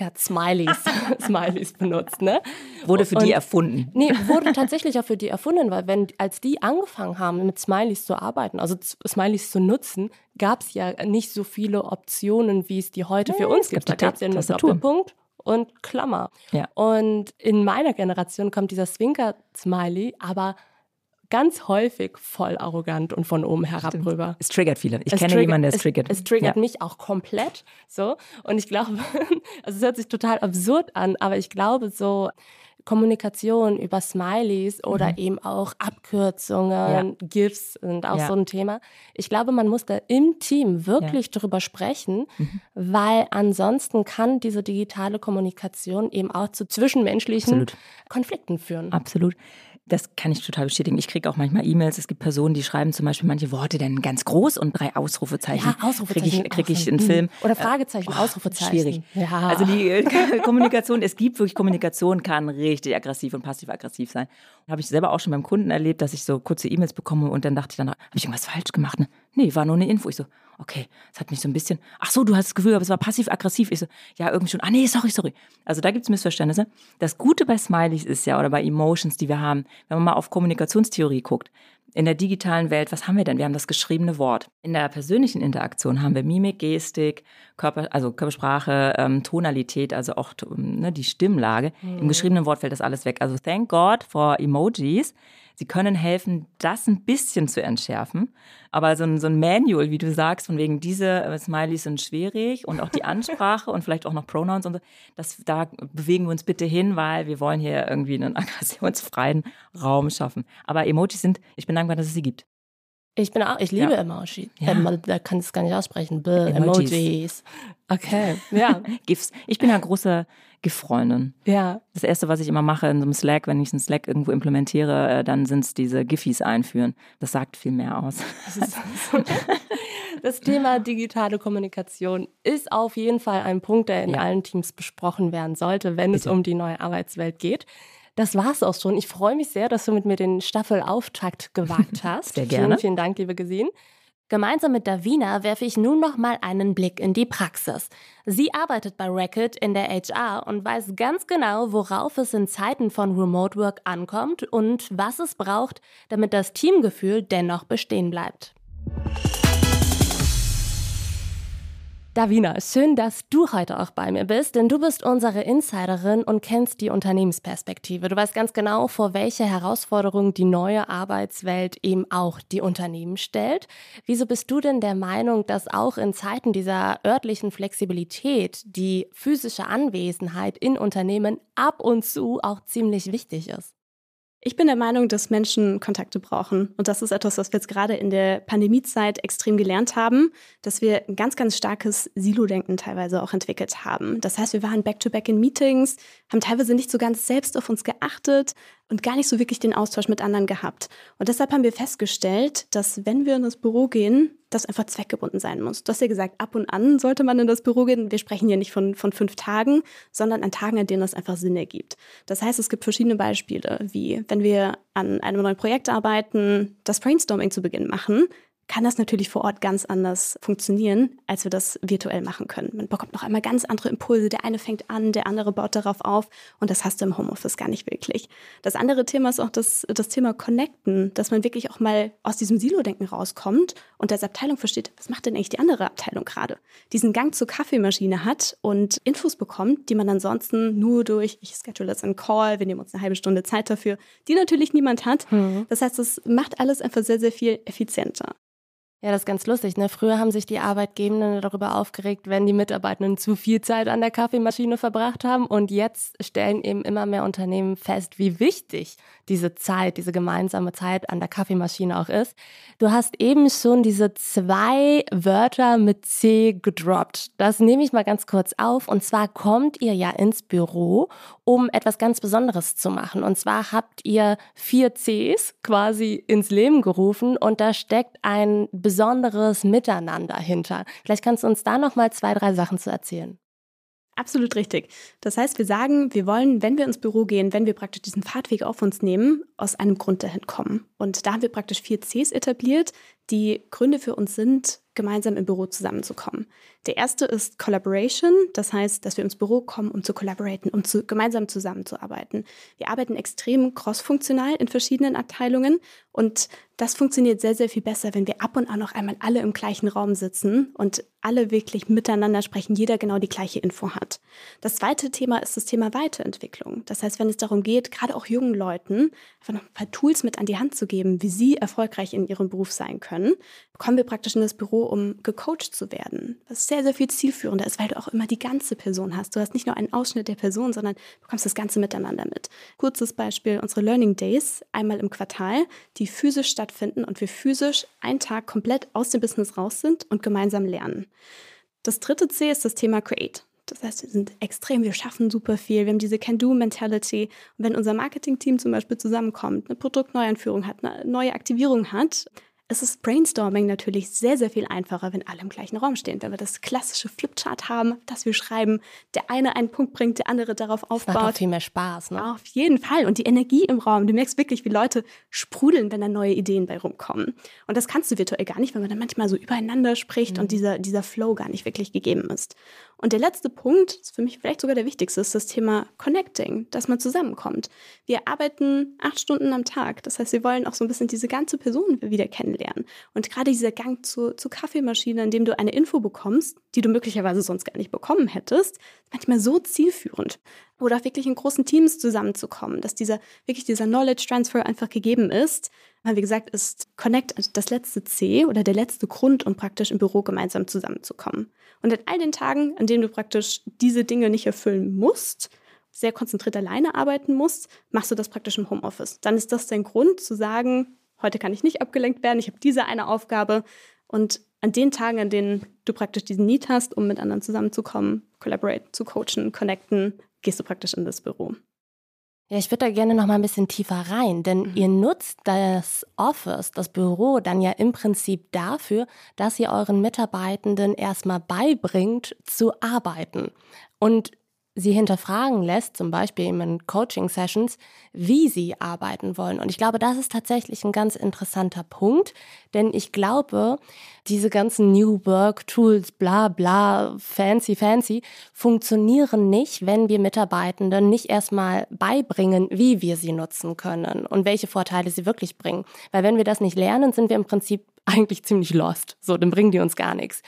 Zwinker-Smileys benutzt. Ne? Wurde für die erfunden. Nee, wurde tatsächlich auch für die erfunden, weil als die angefangen haben, mit Smileys zu arbeiten, also Smileys zu nutzen, gab es ja nicht so viele Optionen, wie es die heute für uns gibt. Da gab es ja nur Doppelpunkt und Klammer. Ja. Und in meiner Generation kommt dieser Zwinker-Smiley, aber ganz häufig voll arrogant und von oben herab rüber. Es triggert viele. Ich kenne jemanden, der es triggert. Es triggert mich auch komplett. So. Und ich glaube, also es hört sich total absurd an, aber ich glaube, so Kommunikation über Smileys oder eben auch Abkürzungen, GIFs sind auch so ein Thema. Ich glaube, man muss da im Team wirklich drüber sprechen, weil ansonsten kann diese digitale Kommunikation eben auch zu zwischenmenschlichen Konflikten führen. Absolut. Das kann ich total bestätigen. Ich kriege auch manchmal E-Mails. Es gibt Personen, die schreiben zum Beispiel manche Worte dann ganz groß und 3 Ausrufezeichen. Ja, Ausrufezeichen. Krieg ich einen Film. Oder Fragezeichen, Ausrufezeichen. Schwierig. Ja. Also die Kommunikation, es gibt wirklich Kommunikation, kann richtig aggressiv und passiv-aggressiv sein. Habe ich selber auch schon beim Kunden erlebt, dass ich so kurze E-Mails bekomme und dann dachte ich habe ich irgendwas falsch gemacht? Ne? Nee, war nur eine Info. Ich so, okay, das hat mich so ein bisschen, ach so, du hast das Gefühl, aber es war passiv-aggressiv. Ich so, ja, irgendwie schon, nee, sorry. Also da gibt es Missverständnisse. Das Gute bei Smileys ist ja, oder bei Emotions, die wir haben, wenn man mal auf Kommunikationstheorie guckt, in der digitalen Welt, was haben wir denn? Wir haben das geschriebene Wort. In der persönlichen Interaktion haben wir Mimik, Gestik, Körpersprache, Tonalität, also auch die Stimmlage. Im geschriebenen Wort fällt das alles weg. Also thank God for Emojis. Sie können helfen, das ein bisschen zu entschärfen. Aber so ein Manual, wie du sagst, von wegen diese Smileys sind schwierig und auch die Ansprache und vielleicht auch noch Pronouns und so, da bewegen wir uns bitte hin, weil wir wollen hier irgendwie einen aggressionsfreien Raum schaffen. Aber Emojis ich bin dankbar, dass es sie gibt. Ich liebe Emojis. Ja. Da kann ich es gar nicht aussprechen. Emojis. Okay, ja. GIFs. Ich bin ja große GIF-Freundin. Ja. Das Erste, was ich immer mache in so einem Slack, wenn ich einen Slack irgendwo implementiere, dann sind es diese Giffys einführen. Das sagt viel mehr aus. Das Thema digitale Kommunikation ist auf jeden Fall ein Punkt, der in allen Teams besprochen werden sollte, wenn es um die neue Arbeitswelt geht. Das war's auch schon. Ich freue mich sehr, dass du mit mir den Staffelauftakt gewagt hast. Sehr gerne. Vielen Dank, liebe Gesine. Gemeinsam mit Davina werfe ich nun noch mal einen Blick in die Praxis. Sie arbeitet bei Reckitt in der HR und weiß ganz genau, worauf es in Zeiten von Remote Work ankommt und was es braucht, damit das Teamgefühl, Gefühl dennoch bestehen bleibt. Davina, schön, dass du heute auch bei mir bist, denn du bist unsere Insiderin und kennst die Unternehmensperspektive. Du weißt ganz genau, vor welche Herausforderungen die neue Arbeitswelt eben auch die Unternehmen stellt. Wieso bist du denn der Meinung, dass auch in Zeiten dieser örtlichen Flexibilität die physische Anwesenheit in Unternehmen ab und zu auch ziemlich wichtig ist? Ich bin der Meinung, dass Menschen Kontakte brauchen. Und das ist etwas, was wir jetzt gerade in der Pandemiezeit extrem gelernt haben, dass wir ein ganz, ganz starkes Silo-Denken teilweise auch entwickelt haben. Das heißt, wir waren back-to-back in Meetings, haben teilweise nicht so ganz selbst auf uns geachtet und gar nicht so wirklich den Austausch mit anderen gehabt. Und deshalb haben wir festgestellt, dass wenn wir in das Büro gehen, das einfach zweckgebunden sein muss. Du hast ja gesagt, ab und an sollte man in das Büro gehen. Wir sprechen hier nicht von 5 Tagen, sondern an Tagen, an denen das einfach Sinn ergibt. Das heißt, es gibt verschiedene Beispiele, wie wenn wir an einem neuen Projekt arbeiten, das Brainstorming zu Beginn machen, kann das natürlich vor Ort ganz anders funktionieren, als wir das virtuell machen können. Man bekommt noch einmal ganz andere Impulse. Der eine fängt an, der andere baut darauf auf und das hast du im Homeoffice gar nicht wirklich. Das andere Thema ist auch das Thema Connecten, dass man wirklich auch mal aus diesem Silo-Denken rauskommt und als Abteilung versteht, was macht denn eigentlich die andere Abteilung gerade? Diesen Gang zur Kaffeemaschine hat und Infos bekommt, die man ansonsten nur durch, ich schedule jetzt einen Call, wir nehmen uns eine halbe Stunde Zeit dafür, die natürlich niemand hat. Das heißt, es macht alles einfach sehr, sehr viel effizienter. Ja, das ist ganz lustig, ne? Früher haben sich die Arbeitgebenden darüber aufgeregt, wenn die Mitarbeitenden zu viel Zeit an der Kaffeemaschine verbracht haben. Und jetzt stellen eben immer mehr Unternehmen fest, wie wichtig diese Zeit, diese gemeinsame Zeit an der Kaffeemaschine auch ist. Du hast eben schon diese 2 Wörter mit C gedroppt. Das nehme ich mal ganz kurz auf. Und zwar kommt ihr ja ins Büro, um etwas ganz Besonderes zu machen. Und zwar habt ihr 4 Cs quasi ins Leben gerufen und da steckt ein besonderes Miteinander hinter. Vielleicht kannst du uns da noch mal 2, 3 Sachen zu erzählen. Absolut richtig. Das heißt, wir sagen, wir wollen, wenn wir ins Büro gehen, wenn wir praktisch diesen Fahrtweg auf uns nehmen, aus einem Grund dahin kommen. Und da haben wir praktisch 4 Cs etabliert, die Gründe für uns sind, gemeinsam im Büro zusammenzukommen. Der erste ist Collaboration, das heißt, dass wir ins Büro kommen, um zu collaboraten, um gemeinsam zusammenzuarbeiten. Wir arbeiten extrem crossfunktional in verschiedenen Abteilungen und das funktioniert sehr, sehr viel besser, wenn wir ab und an noch einmal alle im gleichen Raum sitzen und alle wirklich miteinander sprechen, jeder genau die gleiche Info hat. Das zweite Thema ist das Thema Weiterentwicklung. Das heißt, wenn es darum geht, gerade auch jungen Leuten einfach noch ein paar Tools mit an die Hand zu geben, wie sie erfolgreich in ihrem Beruf sein können, kommen wir praktisch in das Büro, um gecoacht zu werden. Was sehr, sehr viel zielführender ist, weil du auch immer die ganze Person hast. Du hast nicht nur einen Ausschnitt der Person, sondern bekommst das Ganze miteinander mit. Kurzes Beispiel, unsere Learning Days, einmal im Quartal, die physisch stattfinden und wir physisch einen Tag komplett aus dem Business raus sind und gemeinsam lernen. Das dritte C ist das Thema Create. Das heißt, wir schaffen super viel, wir haben diese Can-Do-Mentality. Und wenn unser Marketing-Team zum Beispiel zusammenkommt, eine Produktneueinführung hat, eine neue Aktivierung hat, es ist Brainstorming natürlich sehr, sehr viel einfacher, wenn alle im gleichen Raum stehen. Wenn wir das klassische Flipchart haben, das wir schreiben, der eine einen Punkt bringt, der andere darauf aufbaut. Macht auch viel mehr Spaß, ne? Auf jeden Fall. Und die Energie im Raum, du merkst wirklich, wie Leute sprudeln, wenn da neue Ideen bei rumkommen. Und das kannst du virtuell gar nicht, weil man dann manchmal so übereinander spricht und dieser Flow gar nicht wirklich gegeben ist. Und der letzte Punkt, ist für mich vielleicht sogar der wichtigste, ist das Thema Connecting, dass man zusammenkommt. Wir arbeiten 8 Stunden am Tag. Das heißt, wir wollen auch so ein bisschen diese ganze Person wieder kennenlernen. Und gerade dieser Gang zur Kaffeemaschine, in dem du eine Info bekommst, die du möglicherweise sonst gar nicht bekommen hättest, ist manchmal so zielführend. Oder auch wirklich in großen Teams zusammenzukommen, dass dieser Knowledge Transfer einfach gegeben ist. Weil, wie gesagt, ist Connect das letzte C oder der letzte Grund, um praktisch im Büro gemeinsam zusammenzukommen. Und an all den Tagen, an denen du praktisch diese Dinge nicht erfüllen musst, sehr konzentriert alleine arbeiten musst, machst du das praktisch im Homeoffice. Dann ist das dein Grund zu sagen, heute kann ich nicht abgelenkt werden, ich habe diese eine Aufgabe. Und an den Tagen, an denen du praktisch diesen Need hast, um mit anderen zusammenzukommen, collaborate, zu coachen, connecten, gehst du praktisch in das Büro. Ja, ich würde da gerne noch mal ein bisschen tiefer rein, denn ihr nutzt das Office, das Büro, dann ja im Prinzip dafür, dass ihr euren Mitarbeitenden erstmal beibringt, zu arbeiten und sie hinterfragen lässt, zum Beispiel in Coaching-Sessions, wie sie arbeiten wollen. Und ich glaube, das ist tatsächlich ein ganz interessanter Punkt, denn ich glaube, diese ganzen New Work-Tools, bla bla, fancy, funktionieren nicht, wenn wir Mitarbeitenden nicht erstmal beibringen, wie wir sie nutzen können und welche Vorteile sie wirklich bringen. Weil wenn wir das nicht lernen, sind wir im Prinzip eigentlich ziemlich lost. So, dann bringen die uns gar nichts.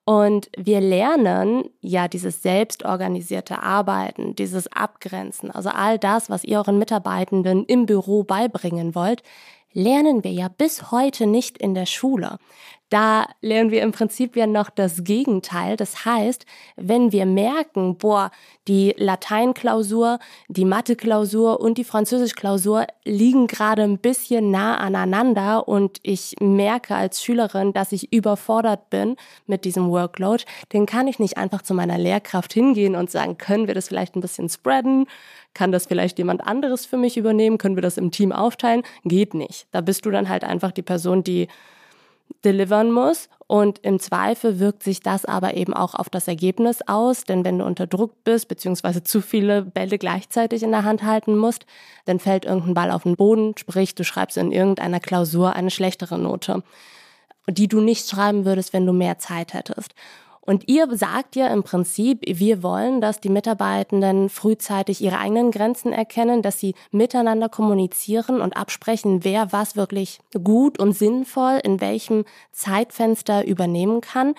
Und wir lernen ja dieses selbstorganisierte Arbeiten, dieses Abgrenzen, also all das, was ihr euren Mitarbeitenden im Büro beibringen wollt, lernen wir ja bis heute nicht in der Schule. Da lernen wir im Prinzip ja noch das Gegenteil. Das heißt, wenn wir merken, die Lateinklausur, die Mathe-Klausur und die Französisch-Klausur liegen gerade ein bisschen nah aneinander und ich merke als Schülerin, dass ich überfordert bin mit diesem Workload, dann kann ich nicht einfach zu meiner Lehrkraft hingehen und sagen, können wir das vielleicht ein bisschen spreaden? Kann das vielleicht jemand anderes für mich übernehmen? Können wir das im Team aufteilen? Geht nicht. Da bist du dann halt einfach die Person, die delivern muss und im Zweifel wirkt sich das aber eben auch auf das Ergebnis aus, denn wenn du unter Druck bist beziehungsweise zu viele Bälle gleichzeitig in der Hand halten musst, dann fällt irgendein Ball auf den Boden, sprich du schreibst in irgendeiner Klausur eine schlechtere Note, die du nicht schreiben würdest, wenn du mehr Zeit hättest. Und ihr sagt ja im Prinzip, wir wollen, dass die Mitarbeitenden frühzeitig ihre eigenen Grenzen erkennen, dass sie miteinander kommunizieren und absprechen, wer was wirklich gut und sinnvoll in welchem Zeitfenster übernehmen kann.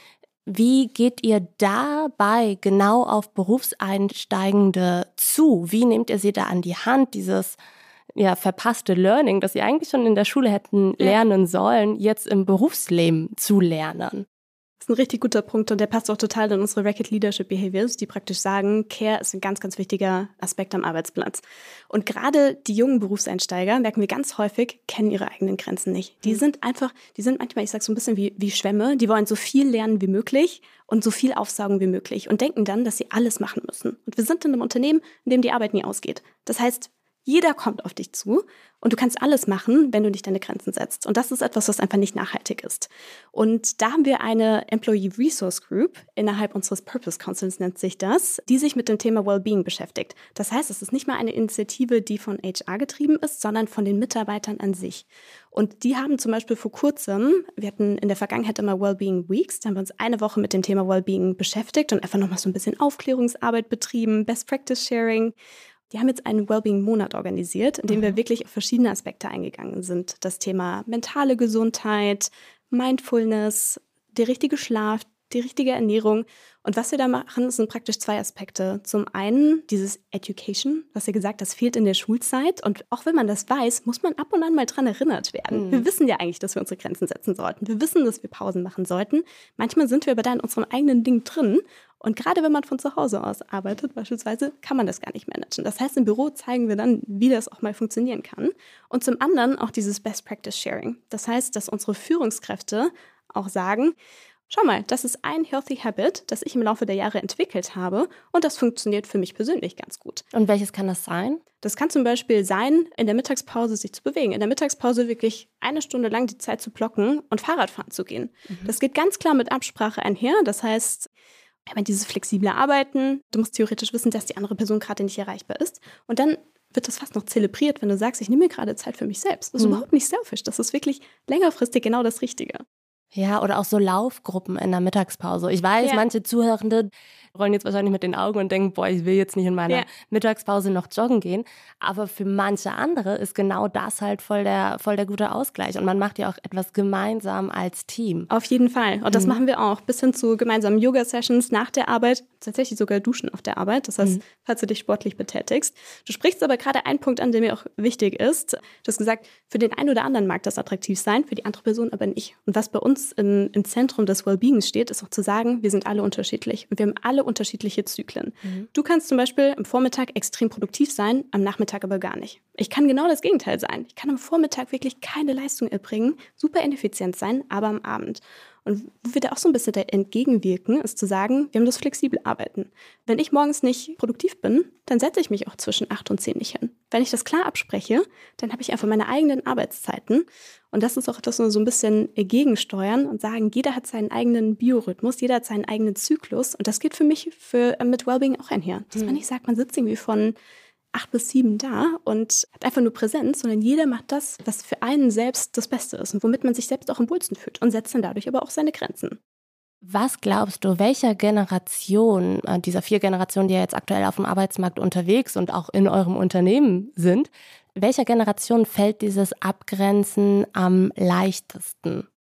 Wie geht ihr dabei genau auf Berufseinsteigende zu? Wie nehmt ihr sie da an die Hand, dieses verpasste Learning, das sie eigentlich schon in der Schule hätten lernen sollen, jetzt im Berufsleben zu lernen? Das ist ein richtig guter Punkt und der passt auch total in unsere Reckitt Leadership Behaviors, die praktisch sagen, Care ist ein ganz, ganz wichtiger Aspekt am Arbeitsplatz. Und gerade die jungen Berufseinsteiger, merken wir ganz häufig, kennen ihre eigenen Grenzen nicht. Die sind manchmal, ich sag so ein bisschen wie Schwämme, die wollen so viel lernen wie möglich und so viel aufsaugen wie möglich und denken dann, dass sie alles machen müssen. Und wir sind in einem Unternehmen, in dem die Arbeit nie ausgeht. Das heißt, jeder kommt auf dich zu und du kannst alles machen, wenn du nicht deine Grenzen setzt. Und das ist etwas, was einfach nicht nachhaltig ist. Und da haben wir eine Employee Resource Group innerhalb unseres Purpose Councils, nennt sich das, die sich mit dem Thema Wellbeing beschäftigt. Das heißt, es ist nicht mal eine Initiative, die von HR getrieben ist, sondern von den Mitarbeitern an sich. Und die haben zum Beispiel vor kurzem, wir hatten in der Vergangenheit immer Wellbeing Weeks, da haben wir uns eine Woche mit dem Thema Wellbeing beschäftigt und einfach nochmal so ein bisschen Aufklärungsarbeit betrieben, Best Practice Sharing. Die haben jetzt einen Wellbeing-Monat organisiert, in dem wir wirklich auf verschiedene Aspekte eingegangen sind. Das Thema mentale Gesundheit, Mindfulness, der richtige Schlaf, die richtige Ernährung. Und was wir da machen, sind praktisch zwei Aspekte. Zum einen dieses Education, was ihr gesagt habt, das fehlt in der Schulzeit. Und auch wenn man das weiß, muss man ab und an mal dran erinnert werden. Wir wissen ja eigentlich, dass wir unsere Grenzen setzen sollten. Wir wissen, dass wir Pausen machen sollten. Manchmal sind wir aber da in unserem eigenen Ding drin. Und gerade wenn man von zu Hause aus arbeitet beispielsweise, kann man das gar nicht managen. Das heißt, im Büro zeigen wir dann, wie das auch mal funktionieren kann. Und zum anderen auch dieses Best Practice Sharing. Das heißt, dass unsere Führungskräfte auch sagen, schau mal, das ist ein Healthy Habit, das ich im Laufe der Jahre entwickelt habe und das funktioniert für mich persönlich ganz gut. Und welches kann das sein? Das kann zum Beispiel sein, in der Mittagspause sich zu bewegen, in der Mittagspause wirklich 1 Stunde lang die Zeit zu blocken und Fahrradfahren zu gehen. Das geht ganz klar mit Absprache einher, das heißt, dieses flexible Arbeiten, du musst theoretisch wissen, dass die andere Person gerade nicht erreichbar ist und dann wird das fast noch zelebriert, wenn du sagst, ich nehme mir gerade Zeit für mich selbst. Das ist überhaupt nicht selfish, das ist wirklich längerfristig genau das Richtige. Ja, oder auch so Laufgruppen in der Mittagspause. Ich weiß, manche Zuhörende rollen jetzt wahrscheinlich mit den Augen und denken, ich will jetzt nicht in meiner Mittagspause noch joggen gehen. Aber für manche andere ist genau das halt voll der gute Ausgleich. Und man macht ja auch etwas gemeinsam als Team. Auf jeden Fall. Und das machen wir auch. Bis hin zu gemeinsamen Yoga-Sessions nach der Arbeit. Tatsächlich sogar Duschen auf der Arbeit. Das heißt, falls du dich sportlich betätigst. Du sprichst aber gerade einen Punkt an, der mir auch wichtig ist. Du hast gesagt, für den einen oder anderen mag das attraktiv sein, für die andere Person aber nicht. Und was bei uns im Zentrum des Wellbeings steht, ist auch zu sagen, wir sind alle unterschiedlich. Und wir haben alle unterschiedliche Zyklen. Du kannst zum Beispiel am Vormittag extrem produktiv sein, am Nachmittag aber gar nicht. Ich kann genau das Gegenteil sein. Ich kann am Vormittag wirklich keine Leistung erbringen, super ineffizient sein, aber am Abend. Und wo wir da auch so ein bisschen entgegenwirken, ist zu sagen, wir haben das flexible Arbeiten. Wenn ich morgens nicht produktiv bin, dann setze ich mich auch zwischen 8 und 10 nicht hin. Wenn ich das klar abspreche, dann habe ich einfach meine eigenen Arbeitszeiten. Und das ist auch das so ein bisschen gegensteuern und sagen, jeder hat seinen eigenen Biorhythmus, jeder hat seinen eigenen Zyklus. Und das geht für mich mit Wellbeing auch einher. Dass man nicht sagt, man sitzt irgendwie von 8 bis 7 da und hat einfach nur Präsenz, sondern jeder macht das, was für einen selbst das Beste ist und womit man sich selbst auch am wohlsten fühlt und setzt dann dadurch aber auch seine Grenzen. Was glaubst du, welcher Generation, dieser 4 Generationen, die ja jetzt aktuell auf dem Arbeitsmarkt unterwegs und auch in eurem Unternehmen sind, welcher Generation fällt dieses Abgrenzen am leichtesten?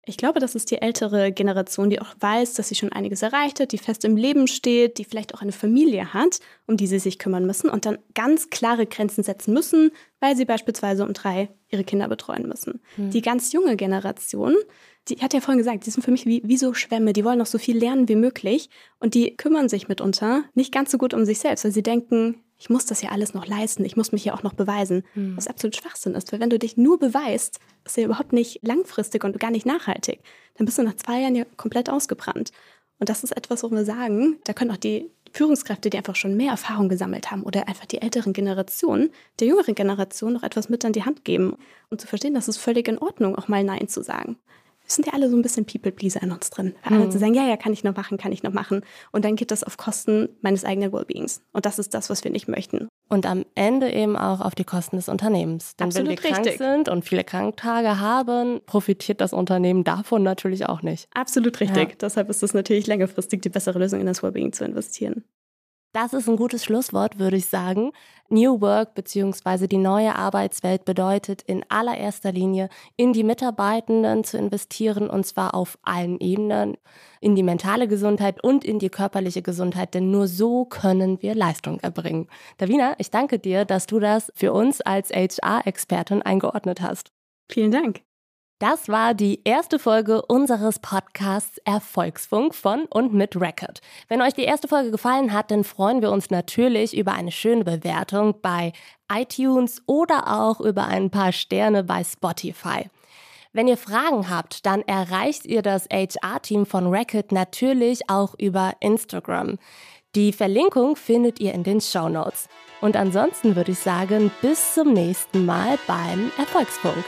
Ich glaube, das ist die ältere Generation, die auch weiß, dass sie schon einiges erreicht hat, die fest im Leben steht, die vielleicht auch eine Familie hat, um die sie sich kümmern müssen und dann ganz klare Grenzen setzen müssen, weil sie beispielsweise um 3 ihre Kinder betreuen müssen. Die ganz junge Generation, die hat ja vorhin gesagt, die sind für mich wie so Schwämme, die wollen noch so viel lernen wie möglich und die kümmern sich mitunter nicht ganz so gut um sich selbst, weil sie denken, ich muss das ja alles noch leisten, ich muss mich ja auch noch beweisen, was absolut Schwachsinn ist. Weil wenn du dich nur beweist, ist ja überhaupt nicht langfristig und gar nicht nachhaltig. Dann bist du nach 2 Jahren ja komplett ausgebrannt. Und das ist etwas, wo wir sagen, da können auch die Führungskräfte, die einfach schon mehr Erfahrung gesammelt haben oder einfach die älteren Generationen, der jüngeren Generation noch etwas mit an die Hand geben und zu verstehen, dass es völlig in Ordnung, auch mal Nein zu sagen. Wir sind ja alle so ein bisschen People-Pleaser in uns drin. Für alle zu sagen, ja, kann ich noch machen. Und dann geht das auf Kosten meines eigenen Wellbeings. Und das ist das, was wir nicht möchten. Und am Ende eben auch auf die Kosten des Unternehmens. Denn Absolut wenn wir krank richtig. sind und viele Kranktage haben, profitiert das Unternehmen davon natürlich auch nicht. Absolut richtig. Ja. Deshalb ist es natürlich längerfristig die bessere Lösung, in das Wellbeing zu investieren. Das ist ein gutes Schlusswort, würde ich sagen. New Work bzw. die neue Arbeitswelt bedeutet in allererster Linie, in die Mitarbeitenden zu investieren und zwar auf allen Ebenen, in die mentale Gesundheit und in die körperliche Gesundheit, denn nur so können wir Leistung erbringen. Davina, ich danke dir, dass du das für uns als HR-Expertin eingeordnet hast. Vielen Dank. Das war die erste Folge unseres Podcasts Erfolgsfunk von und mit Reckitt. Wenn euch die erste Folge gefallen hat, dann freuen wir uns natürlich über eine schöne Bewertung bei iTunes oder auch über ein paar Sterne bei Spotify. Wenn ihr Fragen habt, dann erreicht ihr das HR-Team von Reckitt natürlich auch über Instagram. Die Verlinkung findet ihr in den Shownotes. Und ansonsten würde ich sagen, bis zum nächsten Mal beim Erfolgsfunk.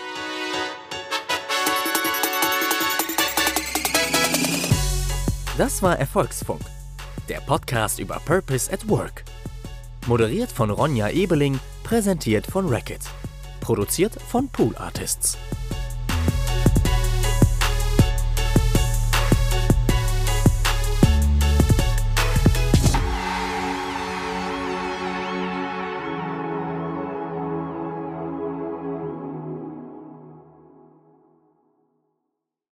Das war Erfolgsfunk, der Podcast über Purpose at Work. Moderiert von Ronja Ebeling, präsentiert von Reckitt. Produziert von Pool Artists.